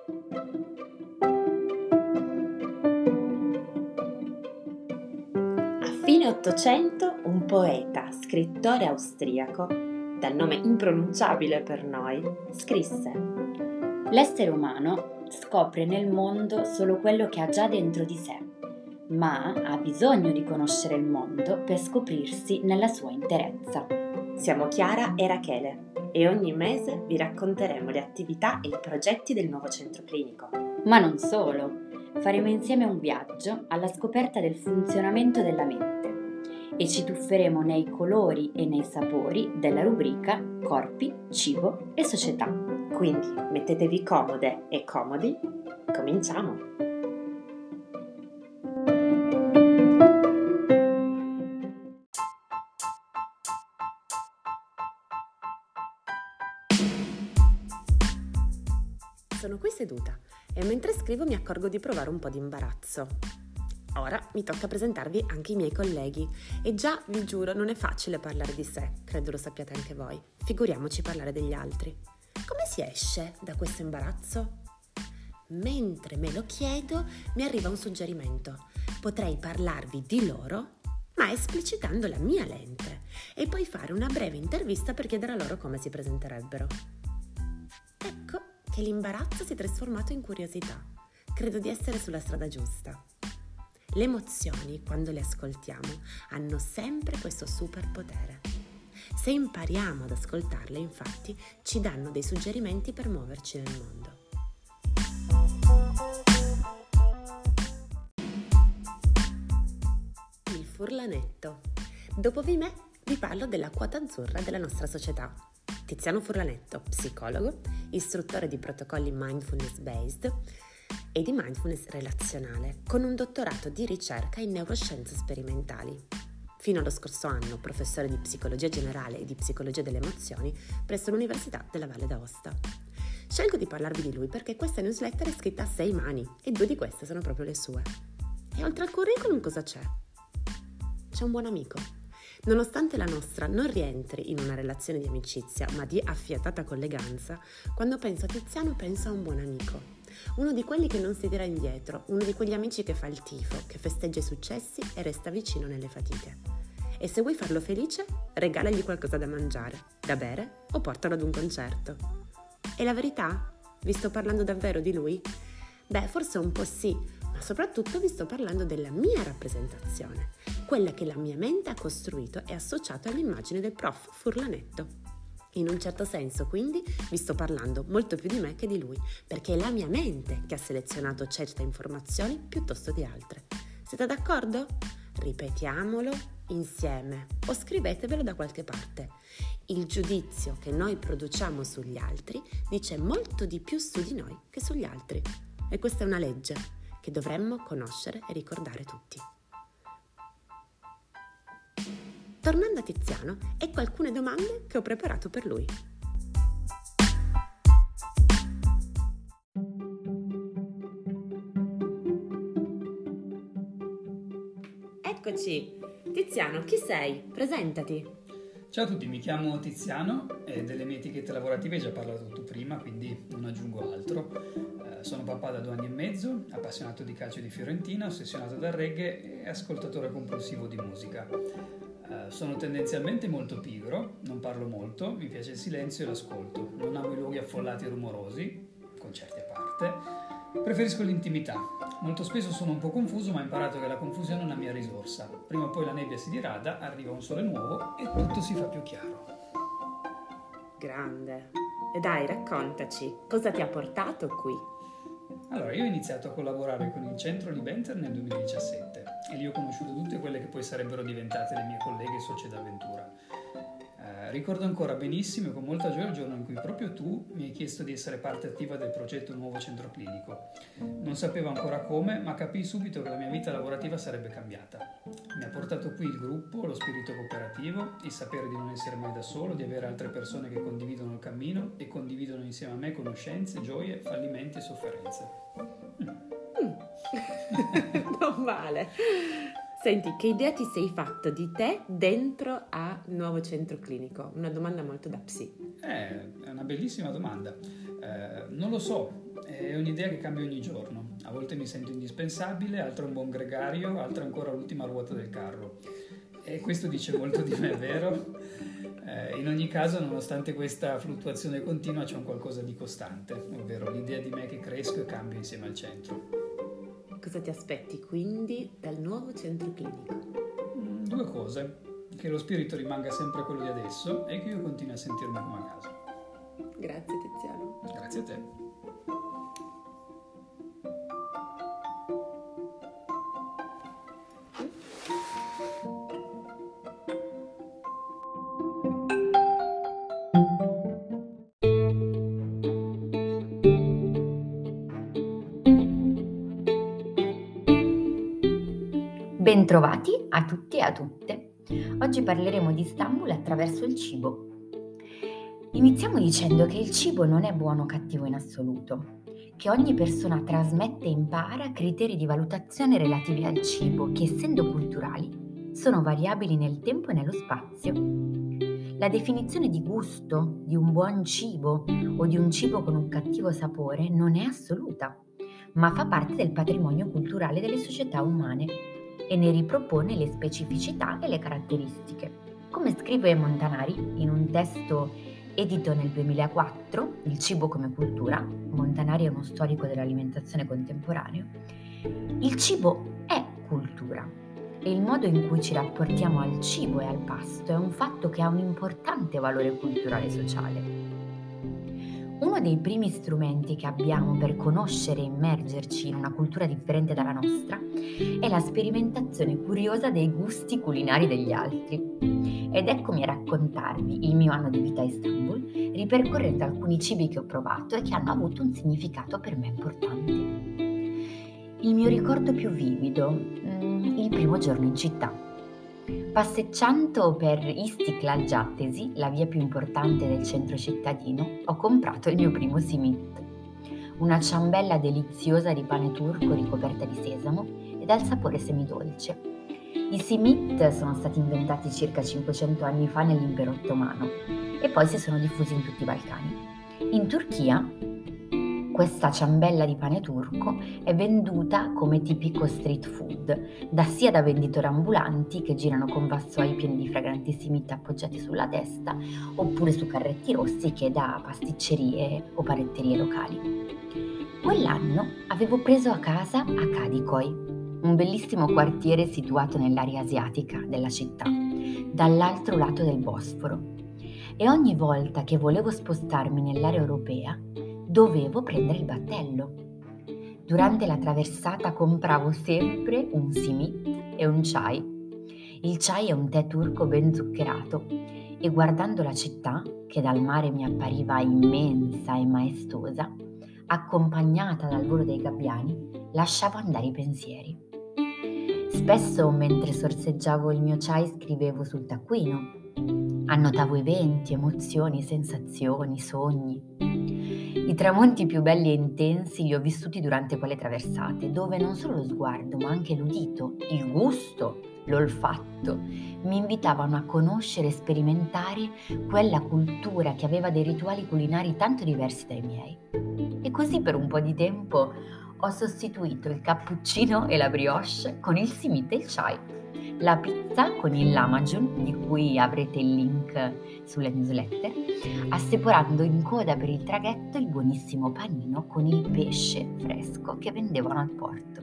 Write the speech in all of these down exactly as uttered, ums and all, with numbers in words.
A fine Ottocento un poeta, scrittore austriaco, dal nome impronunciabile per noi, scrisse: l'essere umano scopre nel mondo solo quello che ha già dentro di sé, ma ha bisogno di conoscere il mondo per scoprirsi nella sua interezza. Siamo Chiara e Rachele e ogni mese vi racconteremo le attività e i progetti del nuovo centro clinico. Ma non solo, faremo insieme un viaggio alla scoperta del funzionamento della mente e ci tufferemo nei colori e nei sapori della rubrica Corpi, Cibo e Società. Quindi mettetevi comode e comodi, cominciamo! Sono qui seduta e mentre scrivo mi accorgo di provare un po' di imbarazzo. Ora mi tocca presentarvi anche i miei colleghi e già, vi giuro, non è facile parlare di sé, credo lo sappiate anche voi. Figuriamoci parlare degli altri. Come si esce da questo imbarazzo? Mentre me lo chiedo, mi arriva un suggerimento. Potrei parlarvi di loro, ma esplicitando la mia lente, e poi fare una breve intervista per chiedere a loro come si presenterebbero. Ecco che l'imbarazzo si è trasformato in curiosità. Credo di essere sulla strada giusta. Le emozioni, quando le ascoltiamo, hanno sempre questo superpotere. Se impariamo ad ascoltarle, infatti, ci danno dei suggerimenti per muoverci nel mondo. Il furlanetto. Dopo di me vi parlo della quota azzurra della nostra società. Tiziano Furlanetto, psicologo, istruttore di protocolli mindfulness based e di mindfulness relazionale, con un dottorato di ricerca in neuroscienze sperimentali. Fino allo scorso anno professore di psicologia generale e di psicologia delle emozioni presso l'Università della Valle d'Aosta. Scelgo di parlarvi di lui perché questa newsletter è scritta a sei mani e due di queste sono proprio le sue. E oltre al curriculum cosa c'è? C'è un buon amico. Nonostante la nostra non rientri in una relazione di amicizia, ma di affiatata colleganza, quando penso a Tiziano penso a un buon amico. Uno di quelli che non si tira indietro, uno di quegli amici che fa il tifo, che festeggia i successi e resta vicino nelle fatiche. E se vuoi farlo felice, regalagli qualcosa da mangiare, da bere o portalo ad un concerto. E la verità? Vi sto parlando davvero di lui? Beh, forse un po' sì, ma soprattutto vi sto parlando della mia rappresentazione, quella che la mia mente ha costruito e associato all'immagine del prof Furlanetto. In un certo senso, quindi, vi sto parlando molto più di me che di lui, perché è la mia mente che ha selezionato certe informazioni piuttosto di altre. Siete d'accordo? Ripetiamolo insieme o scrivetevelo da qualche parte. Il giudizio che noi produciamo sugli altri dice molto di più su di noi che sugli altri. E questa è una legge che dovremmo conoscere e ricordare tutti. Tornando a Tiziano, ecco alcune domande che ho preparato per lui. Eccoci! Tiziano, chi sei? Presentati! Ciao a tutti, mi chiamo Tiziano e delle mie etichette lavorative hai già parlato tu prima, quindi non aggiungo altro. Eh, sono papà da due anni e mezzo, appassionato di calcio di Fiorentina, ossessionato dal reggae e ascoltatore compulsivo di musica. Uh, sono tendenzialmente molto pigro, non parlo molto, mi piace il silenzio e l'ascolto, non amo i luoghi affollati e rumorosi, concerti a parte, preferisco l'intimità. Molto spesso sono un po' confuso, ma ho imparato che la confusione è una mia risorsa. Prima o poi la nebbia si dirada, arriva un sole nuovo e tutto si fa più chiaro. Grande! E dai, raccontaci, cosa ti ha portato qui? Allora, io ho iniziato a collaborare con il Centro Libenter nel duemiladiciassette e lì ho conosciuto tutte quelle che poi sarebbero diventate le mie colleghe e socie d'avventura. Eh, ricordo ancora benissimo e con molta gioia il giorno in cui proprio tu mi hai chiesto di essere parte attiva del progetto Nuovo Centro Clinico. Non sapevo ancora come, ma capii subito che la mia vita lavorativa sarebbe cambiata. Mi ha portato qui il gruppo, lo spirito cooperativo, il sapere di non essere mai da solo, di avere altre persone che condividono il cammino e condividono insieme a me conoscenze, gioie, fallimenti e sofferenze. Non male. Senti, che idea ti sei fatto di te dentro a Nuovo Centro Clinico? Una domanda molto da psi. Eh, è una bellissima domanda. Eh, non lo so, è un'idea che cambia ogni giorno. A volte mi sento indispensabile, altre un buon gregario, altre ancora l'ultima ruota del carro. E questo dice molto di me, vero? Eh, in ogni caso, nonostante questa fluttuazione continua, c'è un qualcosa di costante, ovvero l'idea di me che cresco e cambio insieme al centro. Cosa ti aspetti quindi dal nuovo centro clinico? Mm, due cose: che lo spirito rimanga sempre quello di adesso e che io continui a sentirmi come a casa. Grazie Tiziano. Grazie a te. Bentrovati a tutti e a tutte. Oggi parleremo di Istanbul attraverso il cibo. Iniziamo dicendo che il cibo non è buono o cattivo in assoluto, che ogni persona trasmette e impara criteri di valutazione relativi al cibo che, essendo culturali, sono variabili nel tempo e nello spazio. La definizione di gusto di un buon cibo o di un cibo con un cattivo sapore non è assoluta, ma fa parte del patrimonio culturale delle società umane e ne ripropone le specificità e le caratteristiche. Come scrive Montanari in un testo edito nel duemilaquattro, Il cibo come cultura, Montanari è uno storico dell'alimentazione contemporaneo, il cibo è cultura e il modo in cui ci rapportiamo al cibo e al pasto è un fatto che ha un importante valore culturale e sociale. Uno dei primi strumenti che abbiamo per conoscere e immergerci in una cultura differente dalla nostra è la sperimentazione curiosa dei gusti culinari degli altri. Ed eccomi a raccontarvi il mio anno di vita a Istanbul, ripercorrendo alcuni cibi che ho provato e che hanno avuto un significato per me importante. Il mio ricordo più vivido, il primo giorno in città. Passeggiando per Istiklal Caddesi, la via più importante del centro cittadino, ho comprato il mio primo simit, una ciambella deliziosa di pane turco ricoperta di sesamo e dal sapore semidolce. I simit sono stati inventati circa cinquecento anni fa nell'impero ottomano e poi si sono diffusi in tutti i Balcani. In Turchia questa ciambella di pane turco è venduta come tipico street food, da sia da venditori ambulanti che girano con vassoi pieni di fragranti simit appoggiati sulla testa, oppure su carretti rossi, che da pasticcerie o panetterie locali. Quell'anno avevo preso a casa a Kadikoy, un bellissimo quartiere situato nell'area asiatica della città, dall'altro lato del Bosforo, e ogni volta che volevo spostarmi nell'area europea dovevo prendere il battello. Durante la traversata compravo sempre un simit e un chai. Il chai è un tè turco ben zuccherato e guardando la città, che dal mare mi appariva immensa e maestosa, accompagnata dal volo dei gabbiani, lasciavo andare i pensieri. Spesso mentre sorseggiavo il mio chai scrivevo sul taccuino, annotavo eventi, emozioni, sensazioni, sogni. I tramonti più belli e intensi li ho vissuti durante quelle traversate, dove non solo lo sguardo, ma anche l'udito, il gusto, l'olfatto mi invitavano a conoscere e sperimentare quella cultura che aveva dei rituali culinari tanto diversi dai miei. E così per un po' di tempo ho sostituito il cappuccino e la brioche con il simit e il chai, la pizza con il lamajun, di cui avrete il link sulle newsletter, assaporando in coda per il traghetto il buonissimo panino con il pesce fresco che vendevano al porto.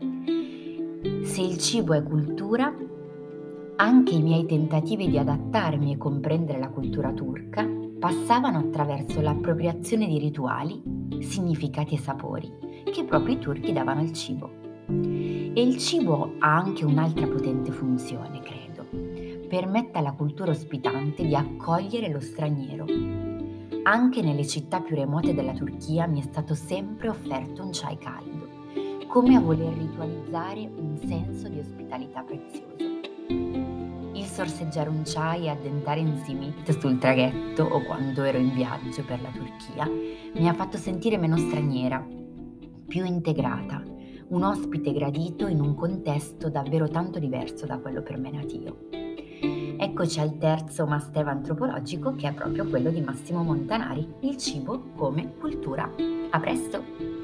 Se il cibo è cultura, anche i miei tentativi di adattarmi e comprendere la cultura turca passavano attraverso l'appropriazione di rituali, significati e sapori che proprio i turchi davano al cibo. E il cibo ha anche un'altra potente funzione, credo. Permette alla cultura ospitante di accogliere lo straniero. Anche nelle città più remote della Turchia mi è stato sempre offerto un chai caldo, come a voler ritualizzare un senso di ospitalità prezioso. Il sorseggiare un chai e addentare in simit sul traghetto o quando ero in viaggio per la Turchia mi ha fatto sentire meno straniera, più integrata, un ospite gradito in un contesto davvero tanto diverso da quello per me natio. Eccoci al terzo must have antropologico, che è proprio quello di Massimo Montanari, il cibo come cultura. A presto!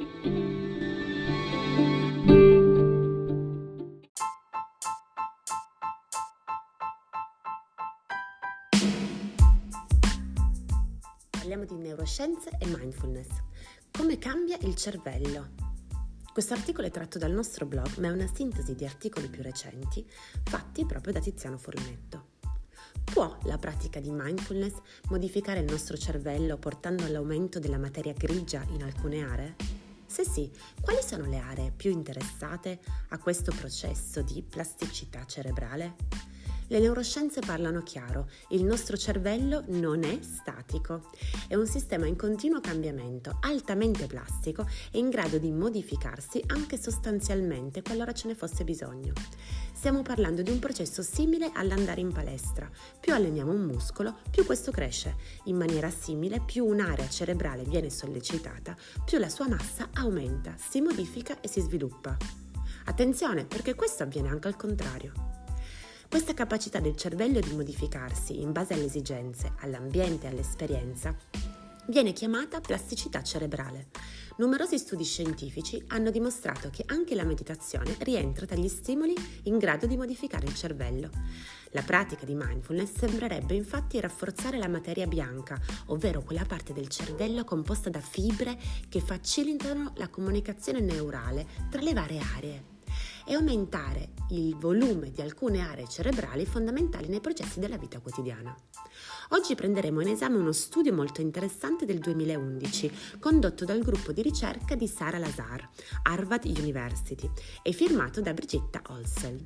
Parliamo di neuroscienze e mindfulness. Come cambia il cervello? Questo articolo è tratto dal nostro blog, ma è una sintesi di articoli più recenti fatti proprio da Tiziano Forlanetto. Può la pratica di mindfulness modificare il nostro cervello portando all'aumento della materia grigia in alcune aree? Se sì, quali sono le aree più interessate a questo processo di plasticità cerebrale? Le neuroscienze parlano chiaro, il nostro cervello non è statico, è un sistema in continuo cambiamento, altamente plastico e in grado di modificarsi anche sostanzialmente qualora ce ne fosse bisogno. Stiamo parlando di un processo simile all'andare in palestra. Più alleniamo un muscolo, più questo cresce. In maniera simile, più un'area cerebrale viene sollecitata, più la sua massa aumenta, si modifica e si sviluppa. Attenzione, perché questo avviene anche al contrario. Questa capacità del cervello di modificarsi in base alle esigenze, all'ambiente e all'esperienza viene chiamata plasticità cerebrale. Numerosi studi scientifici hanno dimostrato che anche la meditazione rientra tra gli stimoli in grado di modificare il cervello. La pratica di mindfulness sembrerebbe infatti rafforzare la materia bianca, ovvero quella parte del cervello composta da fibre che facilitano la comunicazione neurale tra le varie aree, e aumentare il volume di alcune aree cerebrali fondamentali nei processi della vita quotidiana. Oggi prenderemo in esame uno studio molto interessante del duemilaundici, condotto dal gruppo di ricerca di Sara Lazar, Harvard University, e firmato da Brigitta Olsel.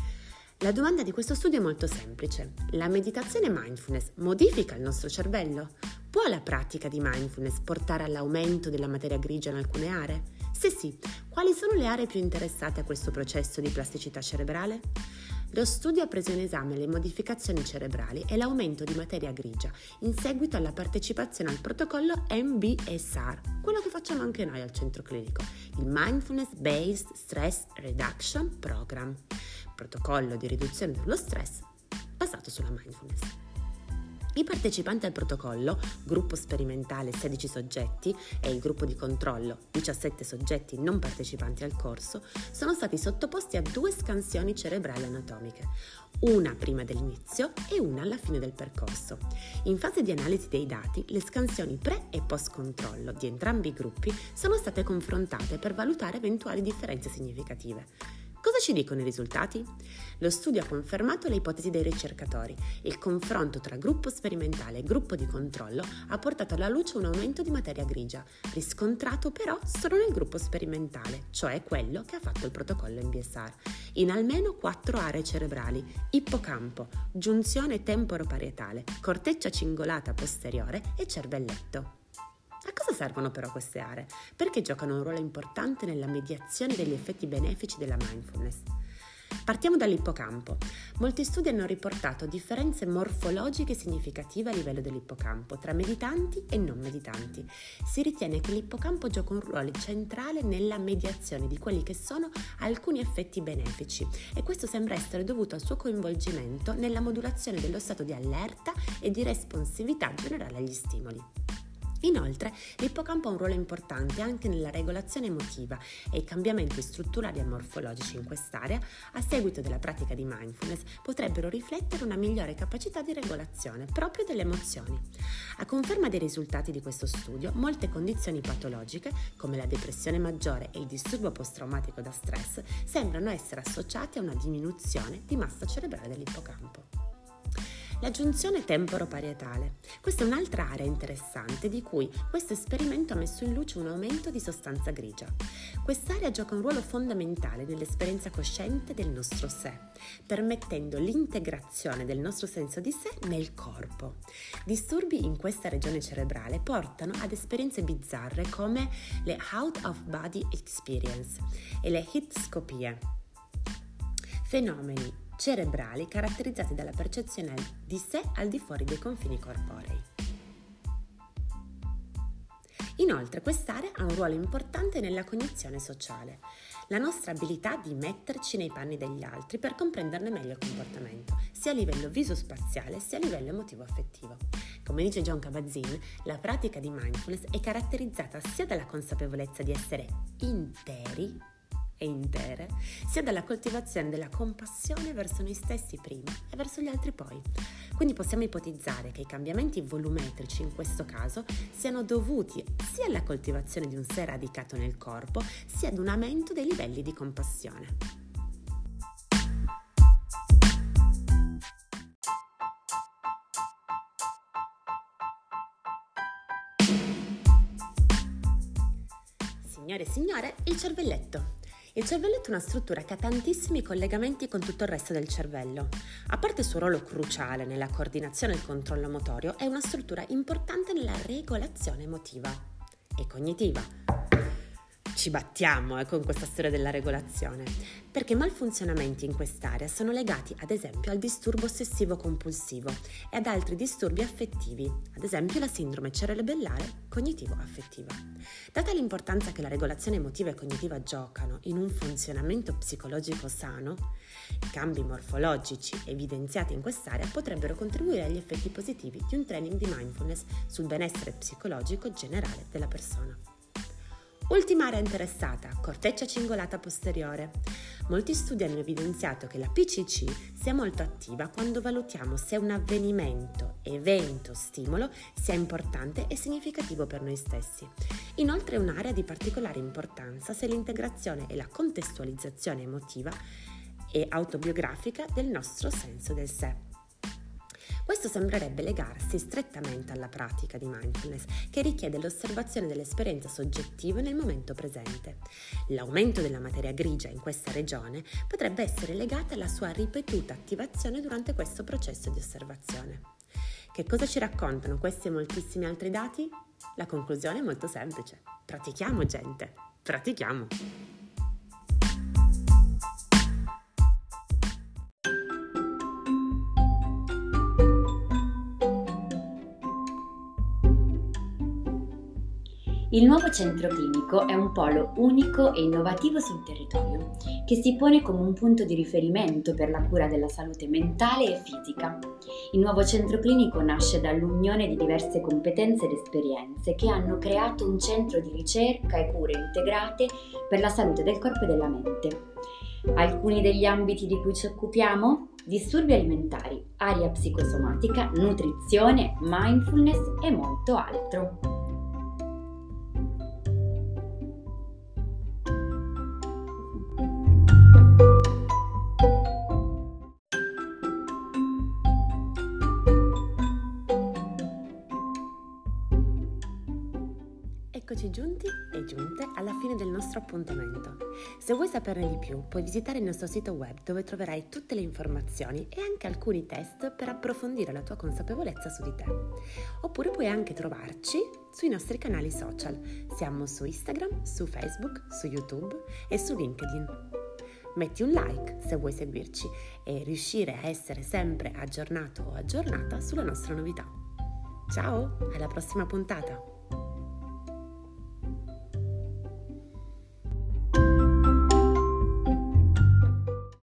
La domanda di questo studio è molto semplice. La meditazione mindfulness modifica il nostro cervello? Può la pratica di mindfulness portare all'aumento della materia grigia in alcune aree? Se sì, quali sono le aree più interessate a questo processo di plasticità cerebrale? Lo studio ha preso in esame le modificazioni cerebrali e l'aumento di materia grigia in seguito alla partecipazione al protocollo M B S R, quello che facciamo anche noi al centro clinico, il Mindfulness Based Stress Reduction Program, protocollo di riduzione dello stress basato sulla mindfulness. I partecipanti al protocollo, gruppo sperimentale sedici soggetti e il gruppo di controllo diciassette soggetti non partecipanti al corso, sono stati sottoposti a due scansioni cerebrali anatomiche, una prima dell'inizio e una alla fine del percorso. In fase di analisi dei dati, le scansioni pre- e post-controllo di entrambi i gruppi sono state confrontate per valutare eventuali differenze significative. Cosa ci dicono i risultati? Lo studio ha confermato le ipotesi dei ricercatori. Il confronto tra gruppo sperimentale e gruppo di controllo ha portato alla luce un aumento di materia grigia, riscontrato però solo nel gruppo sperimentale, cioè quello che ha fatto il protocollo M B S R, in almeno quattro aree cerebrali: ippocampo, giunzione temporoparietale, corteccia cingolata posteriore e cervelletto. A cosa servono però queste aree? Perché giocano un ruolo importante nella mediazione degli effetti benefici della mindfulness. Partiamo dall'ippocampo. Molti studi hanno riportato differenze morfologiche significative a livello dell'ippocampo tra meditanti e non meditanti. Si ritiene che l'ippocampo gioca un ruolo centrale nella mediazione di quelli che sono alcuni effetti benefici, e questo sembra essere dovuto al suo coinvolgimento nella modulazione dello stato di allerta e di responsività generale agli stimoli. Inoltre, l'ippocampo ha un ruolo importante anche nella regolazione emotiva, e i cambiamenti strutturali e morfologici in quest'area, a seguito della pratica di mindfulness, potrebbero riflettere una migliore capacità di regolazione proprio delle emozioni. A conferma dei risultati di questo studio, molte condizioni patologiche, come la depressione maggiore e il disturbo post-traumatico da stress, sembrano essere associate a una diminuzione di massa cerebrale dell'ippocampo. La giunzione temporoparietale. Questa è un'altra area interessante di cui questo esperimento ha messo in luce un aumento di sostanza grigia. Quest'area gioca un ruolo fondamentale nell'esperienza cosciente del nostro sé, permettendo l'integrazione del nostro senso di sé nel corpo. Disturbi in questa regione cerebrale portano ad esperienze bizzarre come le out of body experience e le hitscopie, fenomeni cerebrali caratterizzati dalla percezione di sé al di fuori dei confini corporei. Inoltre, quest'area ha un ruolo importante nella cognizione sociale, la nostra abilità di metterci nei panni degli altri per comprenderne meglio il comportamento. sia a livello visospaziale sia a livello emotivo-affettivo. Come dice Jon Kabat-Zinn, la pratica di mindfulness è caratterizzata sia dalla consapevolezza di essere interi e intere, sia dalla coltivazione della compassione verso noi stessi prima e verso gli altri poi. Quindi possiamo ipotizzare che i cambiamenti volumetrici in questo caso siano dovuti sia alla coltivazione di un sé radicato nel corpo, sia ad un aumento dei livelli di compassione. Signore e signore, il cervelletto. Il cervelletto è una struttura che ha tantissimi collegamenti con tutto il resto del cervello. A parte il suo ruolo cruciale nella coordinazione e il controllo motorio, è una struttura importante nella regolazione emotiva e cognitiva. Ci battiamo eh, con questa storia della regolazione, perché malfunzionamenti in quest'area sono legati ad esempio al disturbo ossessivo-compulsivo e ad altri disturbi affettivi, ad esempio la sindrome cerebellare cognitivo-affettiva. Data l'importanza che la regolazione emotiva e cognitiva giocano in un funzionamento psicologico sano, i cambi morfologici evidenziati in quest'area potrebbero contribuire agli effetti positivi di un training di mindfulness sul benessere psicologico generale della persona. Ultima area interessata, corteccia cingolata posteriore. Molti studi hanno evidenziato che la P C C sia molto attiva quando valutiamo se un avvenimento, evento, stimolo sia importante e significativo per noi stessi. Inoltre è un'area di particolare importanza se l'integrazione e la contestualizzazione emotiva e autobiografica del nostro senso del sé. Questo sembrerebbe legarsi strettamente alla pratica di mindfulness, che richiede l'osservazione dell'esperienza soggettiva nel momento presente. L'aumento della materia grigia in questa regione potrebbe essere legata alla sua ripetuta attivazione durante questo processo di osservazione. Che cosa ci raccontano questi e moltissimi altri dati? La conclusione è molto semplice. Pratichiamo, gente! Pratichiamo! Il nuovo centro clinico è un polo unico e innovativo sul territorio, che si pone come un punto di riferimento per la cura della salute mentale e fisica. Il nuovo centro clinico nasce dall'unione di diverse competenze ed esperienze che hanno creato un centro di ricerca e cure integrate per la salute del corpo e della mente. Alcuni degli ambiti di cui ci occupiamo? Disturbi alimentari, area psicosomatica, nutrizione, mindfulness e molto altro. Eccoci giunti e giunte alla fine del nostro appuntamento. Se vuoi saperne di più, puoi visitare il nostro sito web dove troverai tutte le informazioni e anche alcuni test per approfondire la tua consapevolezza su di te. Oppure puoi anche trovarci sui nostri canali social. Siamo su Instagram, su Facebook, su YouTube e su LinkedIn. Metti un like se vuoi seguirci e riuscire a essere sempre aggiornato o aggiornata sulla nostra novità. Ciao, alla prossima puntata!